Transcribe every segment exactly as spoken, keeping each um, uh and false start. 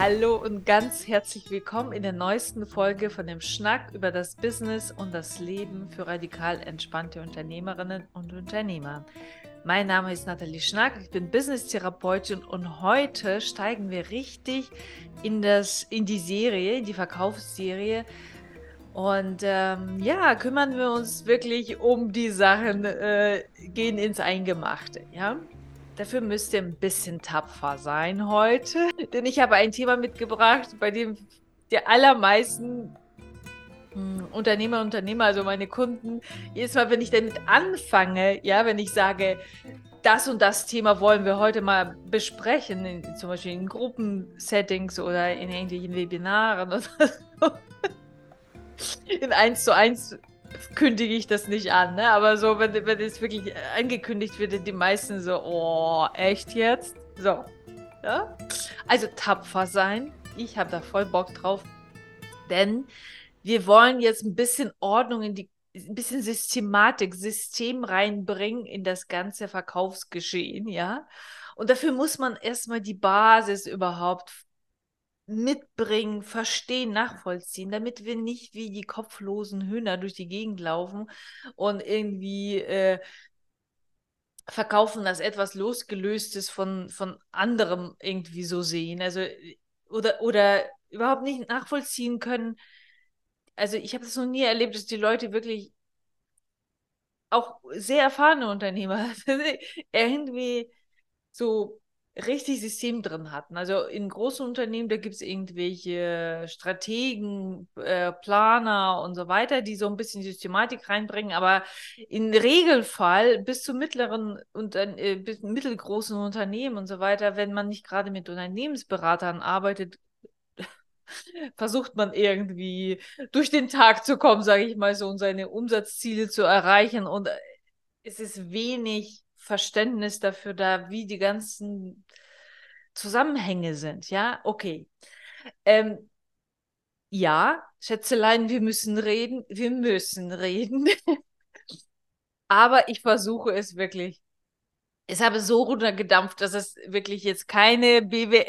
Hallo und ganz herzlich willkommen in der neuesten Folge von dem Schnack über das Business und das Leben für radikal entspannte Unternehmerinnen und Unternehmer. Mein Name ist Nathalie Schnack, ich bin Business-Therapeutin und heute steigen wir richtig in, das, in die Serie, in die Verkaufsserie. Und ähm, ja, kümmern wir uns wirklich um die Sachen, äh, gehen ins Eingemachte, ja. Dafür müsst ihr ein bisschen tapfer sein heute, denn ich habe ein Thema mitgebracht, bei dem die allermeisten mh, Unternehmer und Unternehmer, also meine Kunden, jedes Mal, wenn ich damit anfange, ja, wenn ich sage, das und das Thema wollen wir heute mal besprechen, in, zum Beispiel in Gruppensettings oder in irgendwelchen Webinaren oder so, in eins zu eins kündige ich das nicht an, ne? Aber so, wenn, wenn es wirklich angekündigt wird, die meisten so, oh, echt jetzt? So, ja? Also tapfer sein. Ich habe da voll Bock drauf, denn wir wollen jetzt ein bisschen Ordnung in die, ein bisschen Systematik, System reinbringen in das ganze Verkaufsgeschehen, ja? Und dafür muss man erstmal die Basis überhaupt mitbringen, verstehen, nachvollziehen, damit wir nicht wie die kopflosen Hühner durch die Gegend laufen und irgendwie äh, verkaufen, das etwas losgelöstes von, von anderem irgendwie so sehen. Also oder, oder überhaupt nicht nachvollziehen können. Also ich habe das noch nie erlebt, dass die Leute wirklich auch sehr erfahrene Unternehmer irgendwie so richtig System drin hatten. Also in großen Unternehmen, da gibt es irgendwelche Strategen, äh, Planer und so weiter, die so ein bisschen Systematik reinbringen, aber im Regelfall bis zu mittleren und äh, bis mittelgroßen Unternehmen und so weiter, wenn man nicht gerade mit Unternehmensberatern arbeitet, versucht man irgendwie durch den Tag zu kommen, sage ich mal so, und seine Umsatzziele zu erreichen. Und es ist wenig Verständnis dafür da, wie die ganzen Zusammenhänge sind. Ja, okay. Ähm, ja, Schätzelein, wir müssen reden. Wir müssen reden. Aber ich versuche es wirklich. Ich habe so runtergedampft, dass es wirklich jetzt keine B W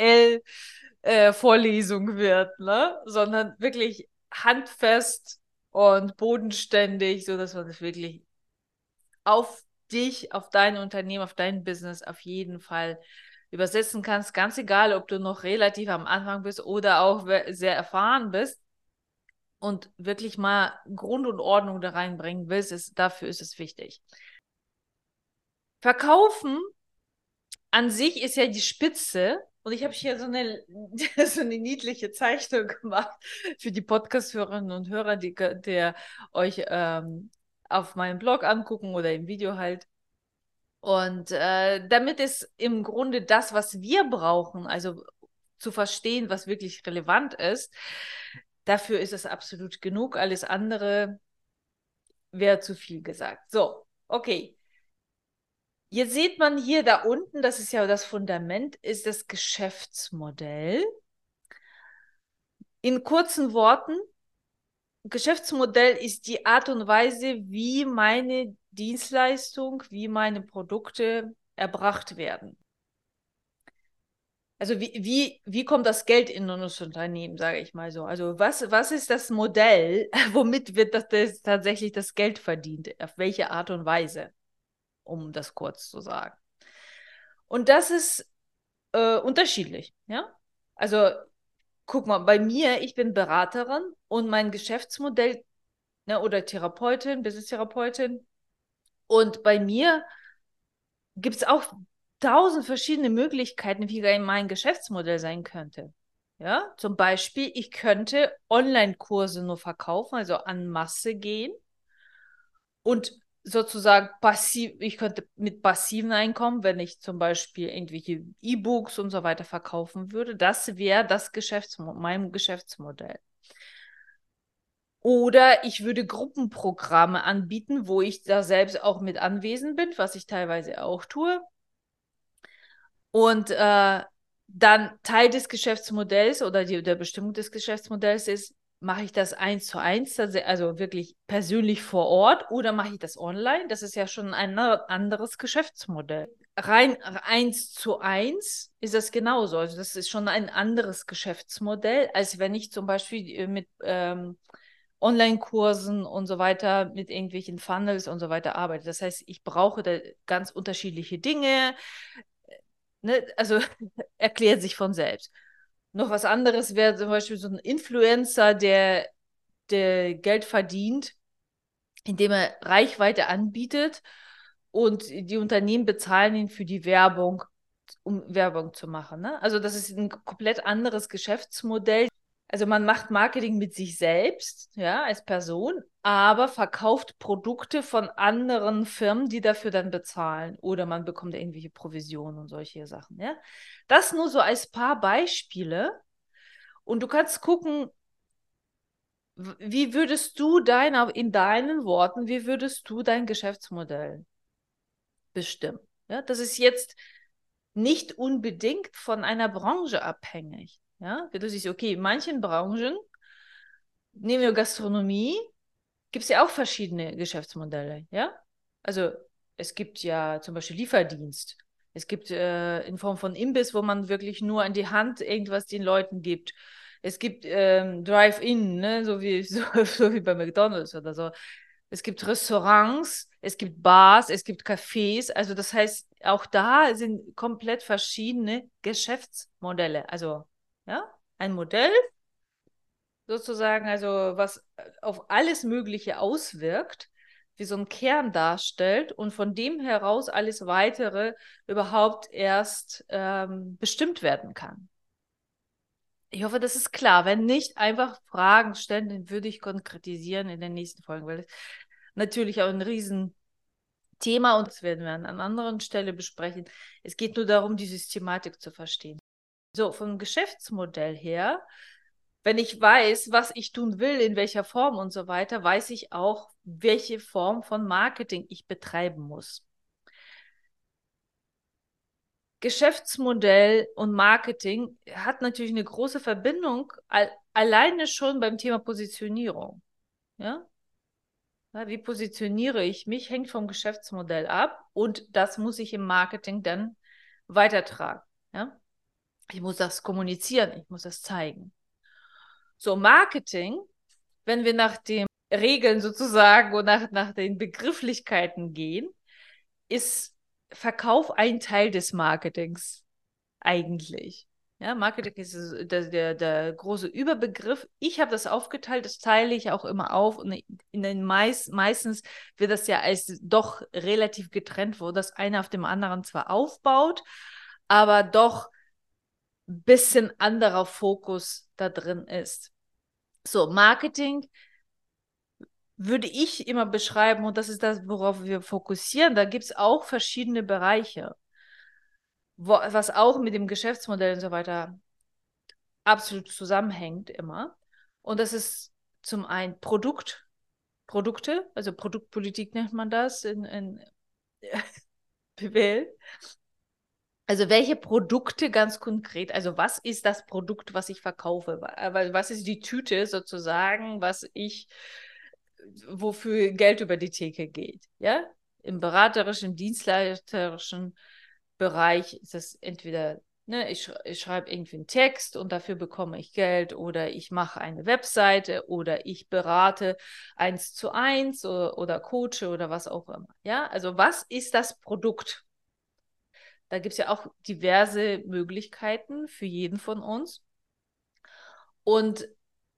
L-Vorlesung wird, ne? Sondern wirklich handfest und bodenständig, sodass man das wirklich auf dich, auf dein Unternehmen, auf dein Business auf jeden Fall übersetzen kannst. Ganz egal, ob du noch relativ am Anfang bist oder auch sehr erfahren bist und wirklich mal Grund und Ordnung da reinbringen willst, ist, dafür ist es wichtig. Verkaufen an sich ist ja die Spitze. Und ich habe hier so eine, so eine niedliche Zeichnung gemacht für die Podcast-Hörerinnen und Hörer, die der euch ähm, auf meinem Blog angucken oder im Video halt. Und äh, damit ist im Grunde das, was wir brauchen, also zu verstehen, was wirklich relevant ist, dafür ist es absolut genug. Alles andere wäre zu viel gesagt. So, okay. Jetzt sieht man hier da unten, das ist ja das Fundament, ist das Geschäftsmodell. In kurzen Worten, Geschäftsmodell ist die Art und Weise, wie meine Dienstleistung, wie meine Produkte erbracht werden. Also wie, wie, wie kommt das Geld in das Unternehmen, sage ich mal so. Also was, was ist das Modell, womit wird das, das tatsächlich das Geld verdient? Auf welche Art und Weise, um das kurz zu sagen. Und das ist äh, unterschiedlich, ja. Also guck mal, bei mir, ich bin Beraterin und mein Geschäftsmodell, ne, oder Therapeutin, Business-Therapeutin. Und bei mir gibt es auch tausend verschiedene Möglichkeiten, wie mein Geschäftsmodell sein könnte. Ja, zum Beispiel, ich könnte Online-Kurse nur verkaufen, also an Masse gehen und sozusagen passiv, ich könnte mit passiven Einkommen, wenn ich zum Beispiel irgendwelche E-Books und so weiter verkaufen würde, das wäre das Geschäftsmodell, mein Geschäftsmodell. Oder ich würde Gruppenprogramme anbieten, wo ich da selbst auch mit anwesend bin, was ich teilweise auch tue. Und äh, dann Teil des Geschäftsmodells oder die, der Bestimmung des Geschäftsmodells ist, mache ich das eins zu eins, also wirklich persönlich vor Ort, oder mache ich das online? Das ist ja schon ein anderes Geschäftsmodell. rein eins zu eins ist das genauso. Also das ist schon ein anderes Geschäftsmodell, als wenn ich zum Beispiel mit ähm, Online-Kursen und so weiter, mit irgendwelchen Funnels und so weiter arbeite. Das heißt, ich brauche da ganz unterschiedliche Dinge. Ne? Also erklärt sich von selbst. Noch was anderes wäre zum Beispiel so ein Influencer, der, der Geld verdient, indem er Reichweite anbietet und die Unternehmen bezahlen ihn für die Werbung, um Werbung zu machen. Ne? Also das ist ein komplett anderes Geschäftsmodell. Also man macht Marketing mit sich selbst, ja, als Person, aber verkauft Produkte von anderen Firmen, die dafür dann bezahlen. Oder man bekommt irgendwelche Provisionen und solche Sachen, ja. Das nur so als paar Beispiele. Und du kannst gucken, wie würdest du dein, in deinen Worten, wie würdest du dein Geschäftsmodell bestimmen? Ja, das ist jetzt nicht unbedingt von einer Branche abhängig. Ja, du siehst, okay, in manchen Branchen, nehmen wir Gastronomie, gibt es ja auch verschiedene Geschäftsmodelle. Ja, also es gibt ja zum Beispiel Lieferdienst. Es gibt äh, in Form von Imbiss, wo man wirklich nur an die Hand irgendwas den Leuten gibt. Es gibt ähm, Drive-In, ne? so, wie, so, so wie bei McDonald's oder so. Es gibt Restaurants, es gibt Bars, es gibt Cafés. Also das heißt, auch da sind komplett verschiedene Geschäftsmodelle. Also ja, ein Modell sozusagen, also was auf alles Mögliche auswirkt, wie so ein Kern darstellt und von dem heraus alles Weitere überhaupt erst ähm, bestimmt werden kann. Ich hoffe, das ist klar. Wenn nicht, einfach Fragen stellen, dann würde ich konkretisieren in den nächsten Folgen, weil es natürlich auch ein Riesenthema und das werden wir an einer anderen Stelle besprechen. Es geht nur darum, die Systematik zu verstehen. So, vom Geschäftsmodell her, wenn ich weiß, was ich tun will, in welcher Form und so weiter, weiß ich auch, welche Form von Marketing ich betreiben muss. Geschäftsmodell und Marketing hat natürlich eine große Verbindung, alleine schon beim Thema Positionierung. Ja? Ja, wie positioniere ich mich, hängt vom Geschäftsmodell ab und das muss ich im Marketing dann weitertragen. Ja? Ich muss das kommunizieren, ich muss das zeigen. So, Marketing, wenn wir nach den Regeln sozusagen und nach, nach den Begrifflichkeiten gehen, ist Verkauf ein Teil des Marketings eigentlich. Ja, Marketing ist der, der, der große Überbegriff. Ich habe das aufgeteilt, das teile ich auch immer auf. Und in den meist, meistens wird das ja als doch relativ getrennt, wo das eine auf dem anderen zwar aufbaut, aber doch ein bisschen anderer Fokus da drin ist. So, Marketing würde ich immer beschreiben, und das ist das, worauf wir fokussieren, da gibt es auch verschiedene Bereiche, wo, was auch mit dem Geschäftsmodell und so weiter absolut zusammenhängt immer. Und das ist zum einen Produkt, Produkte, also Produktpolitik nennt man das in, in B W L. Also welche Produkte ganz konkret, also was ist das Produkt, was ich verkaufe? Was ist die Tüte sozusagen, was ich, wofür Geld über die Theke geht? Ja? Im beraterischen, dienstleisterischen Bereich ist es entweder, ne, ich, ich schreibe irgendwie einen Text und dafür bekomme ich Geld oder ich mache eine Webseite oder ich berate eins zu eins oder, oder coache oder was auch immer. Ja, also was ist das Produkt? Da gibt es ja auch diverse Möglichkeiten für jeden von uns. Und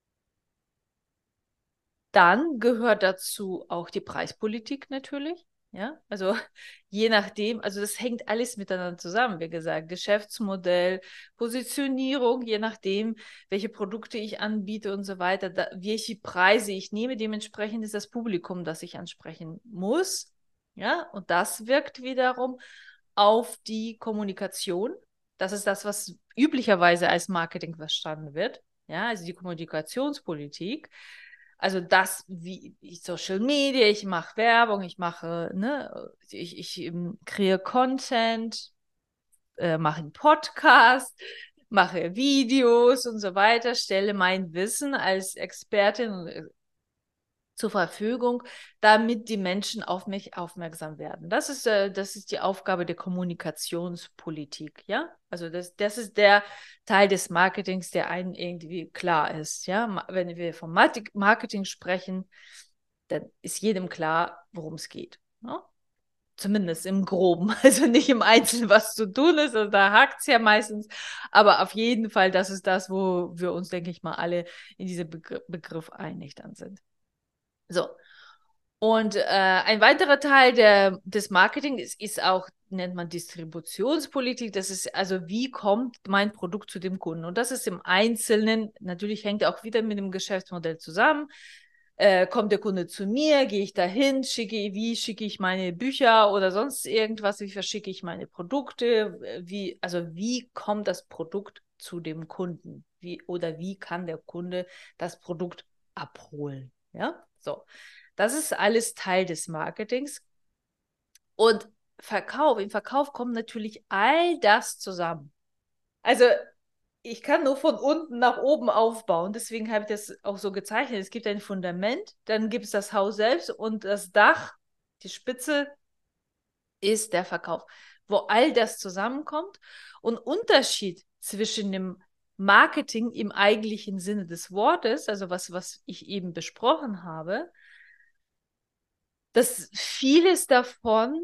dann gehört dazu auch die Preispolitik natürlich. Ja, also je nachdem, also das hängt alles miteinander zusammen, wie gesagt, Geschäftsmodell, Positionierung, je nachdem, welche Produkte ich anbiete und so weiter, da, welche Preise ich nehme, dementsprechend ist das Publikum, das ich ansprechen muss. Ja, und das wirkt wiederum auf die Kommunikation. Das ist das, was üblicherweise als Marketing verstanden wird. Ja, also die Kommunikationspolitik. Also das, wie Social Media, ich mache Werbung, ich mache, ne, ich, ich ähm, kreiere Content, äh, mache einen Podcast, mache Videos und so weiter, stelle mein Wissen als Expertin zur Verfügung, damit die Menschen auf mich aufmerksam werden. Das ist, äh, das ist die Aufgabe der Kommunikationspolitik, ja. Also das, das ist der Teil des Marketings, der einem irgendwie klar ist, ja. Wenn wir vom Marketing sprechen, dann ist jedem klar, worum es geht, ne? Zumindest im Groben, also nicht im Einzelnen, was zu tun ist, also da hakt es ja meistens, aber auf jeden Fall, das ist das, wo wir uns, denke ich mal, alle in diesem Begr Begriff einig dann sind. So, und äh, ein weiterer Teil der, des Marketing ist, ist auch, nennt man Distributionspolitik. Das ist also, wie kommt mein Produkt zu dem Kunden? Und das ist im Einzelnen, natürlich hängt auch wieder mit dem Geschäftsmodell zusammen. Äh, kommt der Kunde zu mir, gehe ich dahin, schicke, wie schicke ich meine Bücher oder sonst irgendwas, wie verschicke ich meine Produkte, wie, also wie kommt das Produkt zu dem Kunden? Wie, oder wie kann der Kunde das Produkt abholen? Ja, so. Das ist alles Teil des Marketings. Und Verkauf, im Verkauf kommt natürlich all das zusammen. Also ich kann nur von unten nach oben aufbauen. Deswegen habe ich das auch so gezeichnet. Es gibt ein Fundament, dann gibt es das Haus selbst und das Dach, die Spitze, ist der Verkauf, wo all das zusammenkommt. Und Unterschied zwischen dem Marketing im eigentlichen Sinne des Wortes, also was, was ich eben besprochen habe, dass vieles davon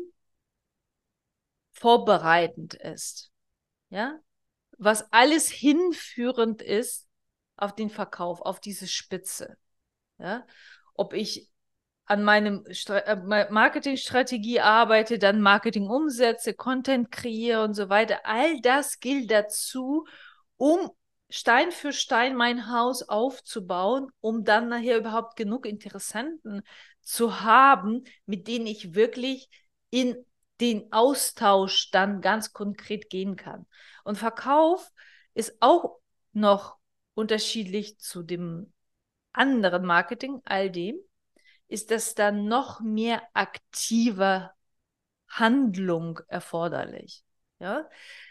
vorbereitend ist. Ja? Was alles hinführend ist auf den Verkauf, auf diese Spitze. Ja? Ob ich an meinem Marketingstrategie arbeite, dann Marketing umsetze, Content kreiere und so weiter. All das gilt dazu, um Stein für Stein mein Haus aufzubauen, um dann nachher überhaupt genug Interessenten zu haben, mit denen ich wirklich in den Austausch dann ganz konkret gehen kann. Und Verkauf ist auch noch unterschiedlich zu dem anderen Marketing, all dem, ist das dann noch mehr aktive Handlung erforderlich. Ja?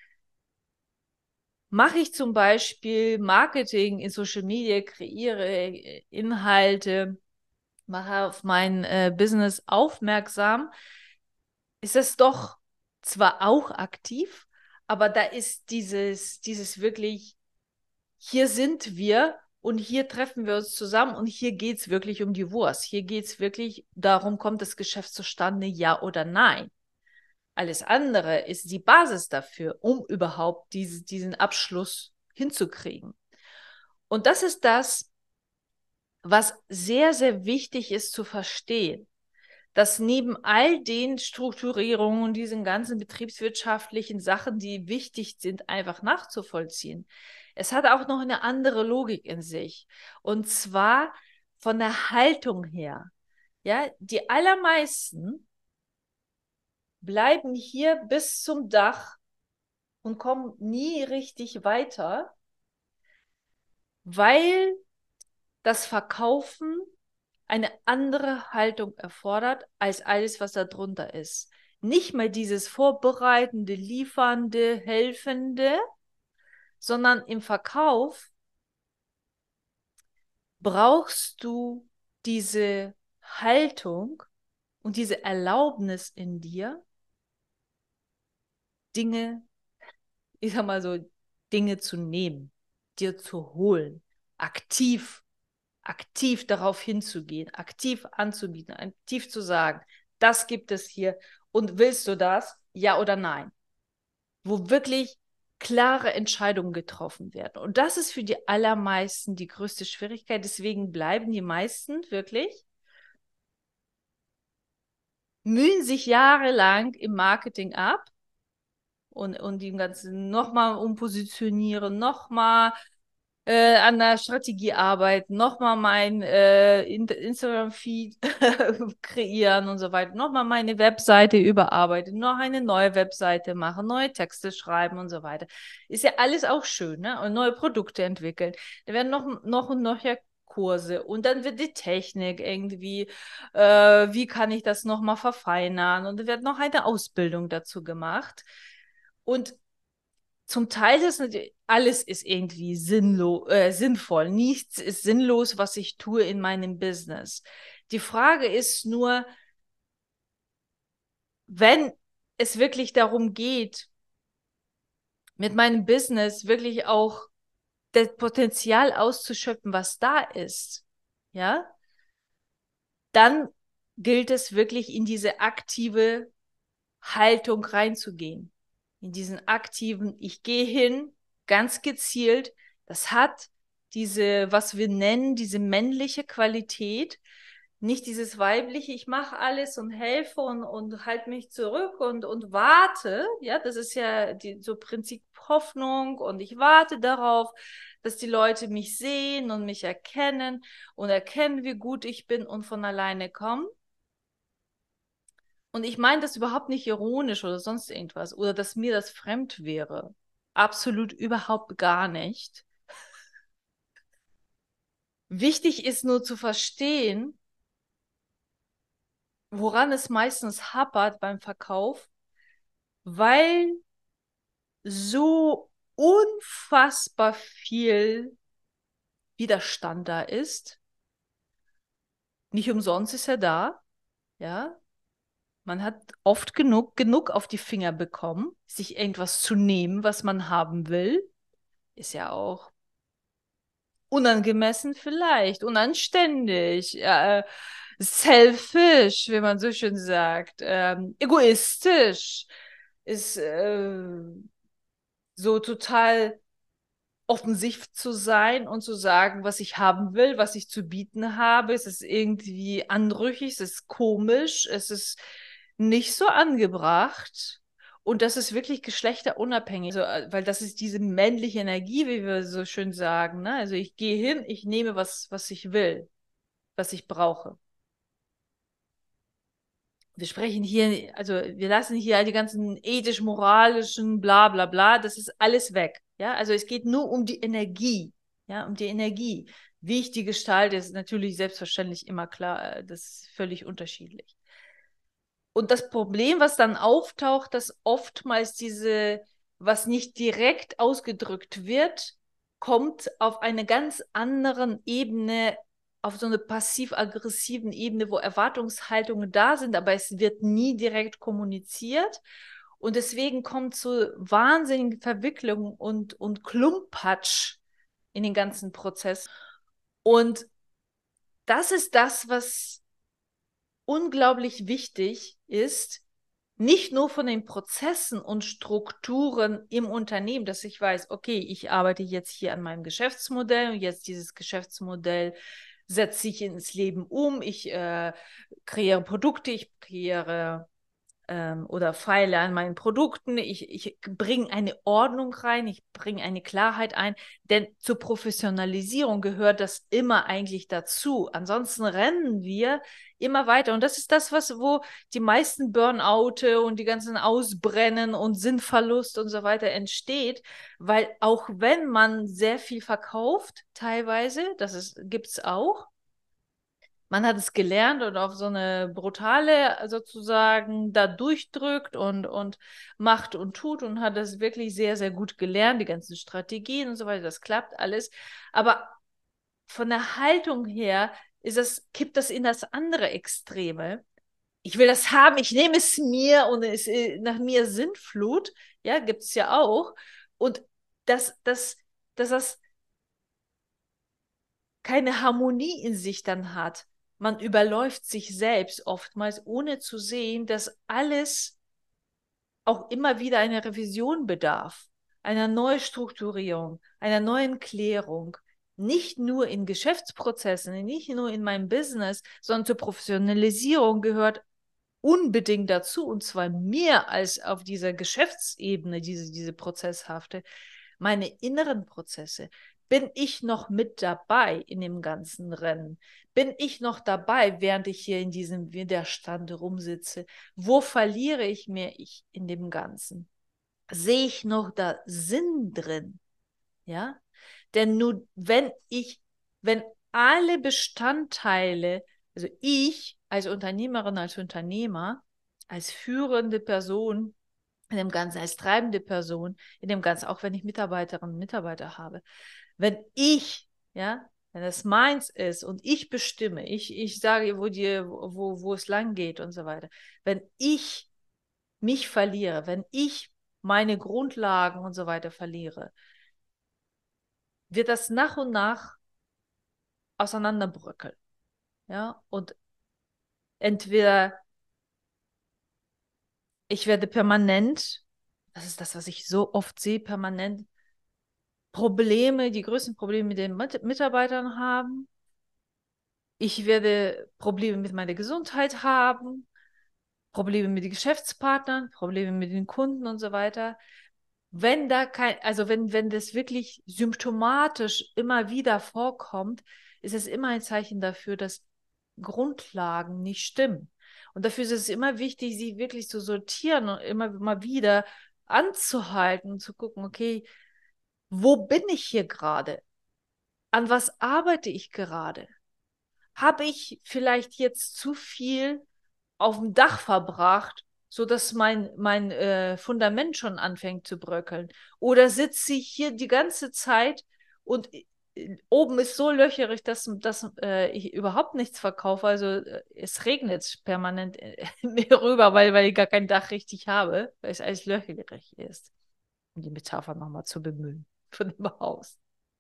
Mache ich zum Beispiel Marketing in Social Media, kreiere Inhalte, mache auf mein äh, Business aufmerksam, ist das doch zwar auch aktiv, aber da ist dieses, dieses wirklich, hier sind wir und hier treffen wir uns zusammen und hier geht es wirklich um die Wurst. Hier geht es wirklich darum, kommt das Geschäft zustande, ja oder nein. Alles andere ist die Basis dafür, um überhaupt diese, diesen Abschluss hinzukriegen. Und das ist das, was sehr, sehr wichtig ist zu verstehen, dass neben all den Strukturierungen und diesen ganzen betriebswirtschaftlichen Sachen, die wichtig sind, einfach nachzuvollziehen, es hat auch noch eine andere Logik in sich. Und zwar von der Haltung her. Ja, die allermeisten bleiben hier bis zum Dach und kommen nie richtig weiter, weil das Verkaufen eine andere Haltung erfordert als alles, was da drunter ist. Nicht mehr dieses vorbereitende, liefernde, helfende, sondern im Verkauf brauchst du diese Haltung und diese Erlaubnis in dir, Dinge, ich sag mal so, Dinge zu nehmen, dir zu holen, aktiv, aktiv darauf hinzugehen, aktiv anzubieten, aktiv zu sagen, das gibt es hier und willst du das, ja oder nein? Wo wirklich klare Entscheidungen getroffen werden. Und das ist für die allermeisten die größte Schwierigkeit. Deswegen bleiben die meisten wirklich, mühen sich jahrelang im Marketing ab und, und die ganzen nochmal umpositionieren, nochmal äh, an der Strategie arbeiten, nochmal mein äh, Instagram-Feed kreieren und so weiter, nochmal meine Webseite überarbeiten, noch eine neue Webseite machen, neue Texte schreiben und so weiter. Ist ja alles auch schön, ne? Und neue Produkte entwickeln. Da werden noch, noch und noch ja Kurse und dann wird die Technik irgendwie, äh, wie kann ich das nochmal verfeinern und da wird noch eine Ausbildung dazu gemacht. Und zum Teil ist natürlich, alles ist irgendwie sinnlo äh, sinnvoll. Nichts ist sinnlos, was ich tue in meinem Business. Die Frage ist nur, wenn es wirklich darum geht, mit meinem Business wirklich auch das Potenzial auszuschöpfen, was da ist, ja, dann gilt es wirklich in diese aktive Haltung reinzugehen. In diesen aktiven, ich gehe hin, ganz gezielt. Das hat diese, was wir nennen, diese männliche Qualität, nicht dieses weibliche, ich mache alles und helfe und, und halte mich zurück und, und warte. Ja, das ist ja die, so Prinzip Hoffnung und ich warte darauf, dass die Leute mich sehen und mich erkennen und erkennen, wie gut ich bin und von alleine kommen. Und ich meine das überhaupt nicht ironisch oder sonst irgendwas oder dass mir das fremd wäre. Absolut überhaupt gar nicht. Wichtig ist nur zu verstehen, woran es meistens hapert beim Verkauf, weil so unfassbar viel Widerstand da ist. Nicht umsonst ist er da, ja. Man hat oft genug, genug auf die Finger bekommen, sich irgendwas zu nehmen, was man haben will. Ist ja auch unangemessen vielleicht, unanständig, äh, selfish, wie man so schön sagt, ähm, egoistisch, ist äh, so total offensiv zu sein und zu sagen, was ich haben will, was ich zu bieten habe. Es ist irgendwie anrüchig, es ist komisch, es ist nicht so angebracht. Und das ist wirklich geschlechterunabhängig, also, weil das ist diese männliche Energie, wie wir so schön sagen. Ne? Also ich gehe hin, ich nehme was, was ich will, was ich brauche. Wir sprechen hier, also wir lassen hier die ganzen ethisch-moralischen, bla bla bla, das ist alles weg. Ja, also es geht nur um die Energie. Ja, um die Energie. Wie ich die gestalte, ist natürlich selbstverständlich immer klar, das ist völlig unterschiedlich. Und das Problem, was dann auftaucht, dass oftmals diese, was nicht direkt ausgedrückt wird, kommt auf eine ganz anderen Ebene, auf so eine passiv-aggressiven Ebene, wo Erwartungshaltungen da sind, aber es wird nie direkt kommuniziert. Und deswegen kommt zu wahnsinnigen Verwicklungen und, und Klumpatsch in den ganzen Prozess. Und das ist das, was unglaublich wichtig ist, nicht nur von den Prozessen und Strukturen im Unternehmen, dass ich weiß, okay, ich arbeite jetzt hier an meinem Geschäftsmodell und jetzt dieses Geschäftsmodell setze ich ins Leben um, ich äh, kreiere Produkte, ich kreiere ähm, oder feile an meinen Produkten, ich, ich bringe eine Ordnung rein, ich bringe eine Klarheit ein, denn zur Professionalisierung gehört das immer eigentlich dazu. Ansonsten rennen wir immer weiter und das ist das, was wo die meisten Burnoute und die ganzen Ausbrennen und Sinnverlust und so weiter entsteht, weil auch wenn man sehr viel verkauft, teilweise, das gibt es auch, man hat es gelernt und auf so eine brutale sozusagen da durchdrückt und, und macht und tut und hat das wirklich sehr, sehr gut gelernt, die ganzen Strategien und so weiter, das klappt alles. Aber von der Haltung her ist das, kippt das in das andere Extreme. Ich will das haben, ich nehme es mir und es nach mir Sintflut, ja, gibt es ja auch. Und dass, dass, dass das keine Harmonie in sich dann hat. Man überläuft sich selbst oftmals, ohne zu sehen, dass alles auch immer wieder einer Revision bedarf, einer Neustrukturierung, einer neuen Klärung. Nicht nur in Geschäftsprozessen, nicht nur in meinem Business, sondern zur Professionalisierung gehört unbedingt dazu, und zwar mehr als auf dieser Geschäftsebene, diese, diese Prozesshafte, meine inneren Prozesse. Bin ich noch mit dabei in dem ganzen Rennen? Bin ich noch dabei, während ich hier in diesem Widerstand rumsitze? Wo verliere ich mir ich in dem Ganzen? Sehe ich noch da Sinn drin? Ja? Denn nur wenn ich, wenn alle Bestandteile, also ich als Unternehmerin, als Unternehmer, als führende Person in dem Ganzen, als treibende Person in dem Ganzen, auch wenn ich Mitarbeiterinnen und Mitarbeiter habe, wenn ich, ja, wenn es meins ist und ich bestimme, ich, ich sage, wo, die, wo, wo es lang geht und so weiter, wenn ich mich verliere, wenn ich meine Grundlagen und so weiter verliere, wird das nach und nach auseinanderbröckeln. Ja? Und entweder ich werde permanent, das ist das, was ich so oft sehe, permanent Probleme, die größten Probleme mit den Mitarbeitern haben. Ich werde Probleme mit meiner Gesundheit haben, Probleme mit den Geschäftspartnern, Probleme mit den Kunden und so weiter. Wenn da kein, also wenn, wenn das wirklich symptomatisch immer wieder vorkommt, ist es immer ein Zeichen dafür, dass Grundlagen nicht stimmen. Und dafür ist es immer wichtig, sie wirklich zu sortieren und immer mal wieder anzuhalten und zu gucken, okay, wo bin ich hier gerade? An was arbeite ich gerade? Habe ich vielleicht jetzt zu viel auf dem Dach verbracht, sodass mein, mein äh, Fundament schon anfängt zu bröckeln? Oder sitze ich hier die ganze Zeit und äh, oben ist so löcherig, dass, dass äh, ich überhaupt nichts verkaufe? Also äh, es regnet permanent äh, mir rüber, weil, weil ich gar kein Dach richtig habe, weil es alles löcherig ist. Um die Metapher nochmal zu bemühen von dem Haus.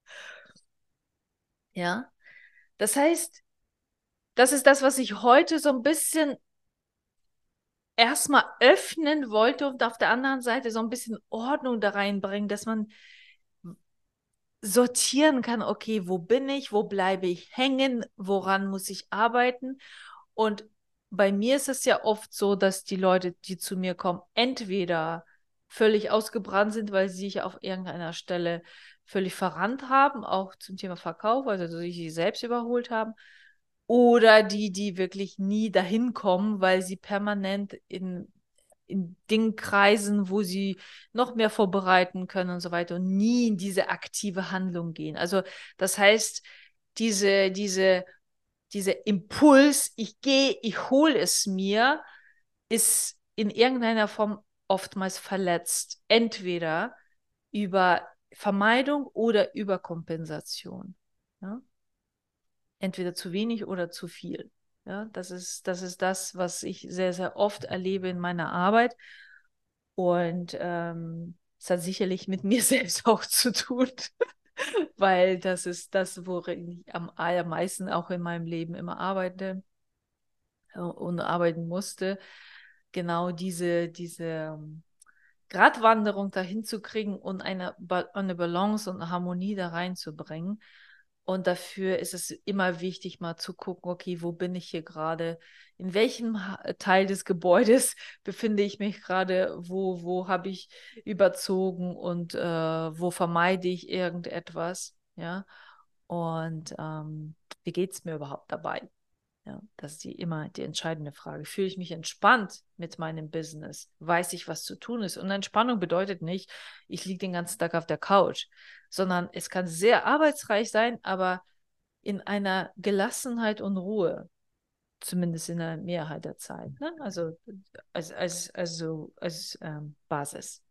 Ja, das heißt, das ist das, was ich heute so ein bisschen erstmal öffnen wollte und auf der anderen Seite so ein bisschen Ordnung da reinbringen, dass man sortieren kann, okay, wo bin ich, wo bleibe ich hängen, woran muss ich arbeiten? Und bei mir ist es ja oft so, dass die Leute, die zu mir kommen, entweder völlig ausgebrannt sind, weil sie sich auf irgendeiner Stelle völlig verrannt haben, auch zum Thema Verkauf, also sich sie selbst überholt haben, oder die, die wirklich nie dahin kommen, weil sie permanent in, in Dingen kreisen, wo sie noch mehr vorbereiten können und so weiter und nie in diese aktive Handlung gehen. Also das heißt, diese, diese, dieser Impuls, ich gehe, ich hole es mir, ist in irgendeiner Form oftmals verletzt. Entweder über Vermeidung oder Überkompensation. Ja? Entweder zu wenig oder zu viel. Ja, das ist, das ist das, was ich sehr, sehr oft erlebe in meiner Arbeit. Und ähm, es hat sicherlich mit mir selbst auch zu tun, weil das ist das, worin ich am allermeisten auch in meinem Leben immer arbeite äh, und arbeiten musste. Genau diese, diese ähm, Gratwanderung dahin zu kriegen und eine, ba eine Balance und eine Harmonie da reinzubringen. Und dafür ist es immer wichtig, mal zu gucken, okay, wo bin ich hier gerade? In welchem Teil des Gebäudes befinde ich mich gerade? Wo, wo habe ich überzogen und äh, wo vermeide ich irgendetwas? Ja. Und ähm, wie geht es mir überhaupt dabei? Ja, das ist die, immer die entscheidende Frage. Fühle ich mich entspannt mit meinem Business? Weiß ich, was zu tun ist? Und Entspannung bedeutet nicht, ich liege den ganzen Tag auf der Couch, sondern es kann sehr arbeitsreich sein, aber in einer Gelassenheit und Ruhe, zumindest in der Mehrheit der Zeit. Ne? Also als, als, also als ähm, Basis.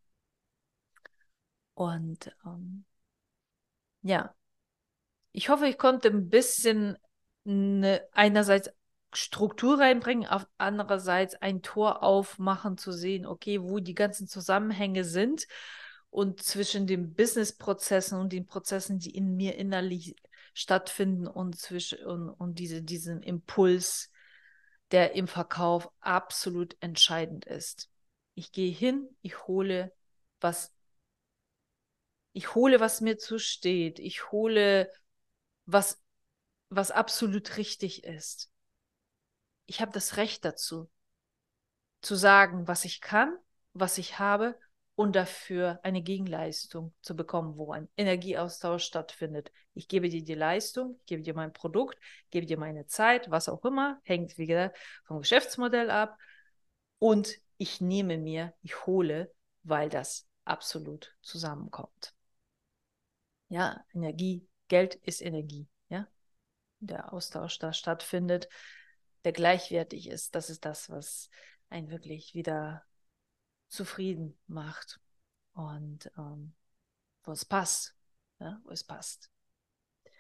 Und ähm, ja, ich hoffe, ich konnte ein bisschen ne, einerseits Struktur reinbringen, auf andererseits ein Tor aufmachen, zu sehen, okay, wo die ganzen Zusammenhänge sind und zwischen den Business-Prozessen und den Prozessen, die in mir innerlich stattfinden und zwischen und, und diese, diesen Impuls, der im Verkauf absolut entscheidend ist. Ich gehe hin, ich hole was, ich hole, was mir zusteht, ich hole was was absolut richtig ist. Ich habe das Recht dazu, zu sagen, was ich kann, was ich habe und dafür eine Gegenleistung zu bekommen, wo ein Energieaustausch stattfindet. Ich gebe dir die Leistung, ich gebe dir mein Produkt, gebe dir meine Zeit, was auch immer, hängt wieder vom Geschäftsmodell ab und ich nehme mir, ich hole, weil das absolut zusammenkommt. Ja, Energie, Geld ist Energie, ja. Der Austausch da stattfindet, der gleichwertig ist. Das ist das, was einen wirklich wieder zufrieden macht und ähm, wo es passt. Ja, wo es passt.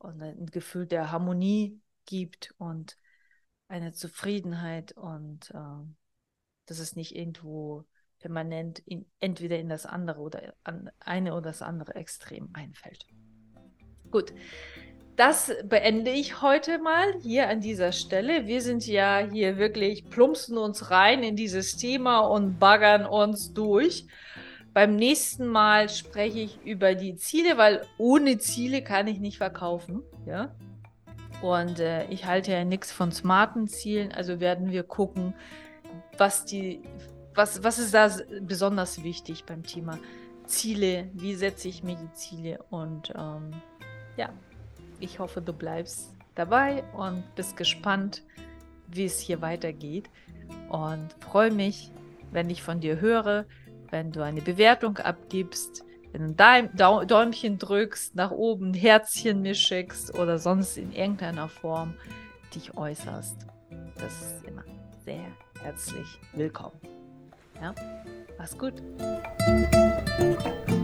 und ein Gefühl der Harmonie gibt und eine Zufriedenheit und äh, dass es nicht irgendwo permanent in, entweder in das andere oder an eine oder das andere Extrem einfällt. Gut, das beende ich heute mal hier an dieser Stelle. Wir sind ja hier wirklich, plumpsen uns rein in dieses Thema und baggern uns durch. Beim nächsten Mal spreche ich über die Ziele, weil ohne Ziele kann ich nicht verkaufen. Ja? Und äh, ich halte ja nichts von smarten Zielen, also werden wir gucken, was, die, was, was ist da besonders wichtig beim Thema Ziele, wie setze ich mir die Ziele und ähm, ja, ich hoffe, du bleibst dabei und bist gespannt, wie es hier weitergeht und freue mich, wenn ich von dir höre, wenn du eine Bewertung abgibst, wenn du ein Däumchen drückst, nach oben ein Herzchen mir schickst oder sonst in irgendeiner Form dich äußerst. Das ist immer sehr herzlich willkommen. Ja, mach's gut.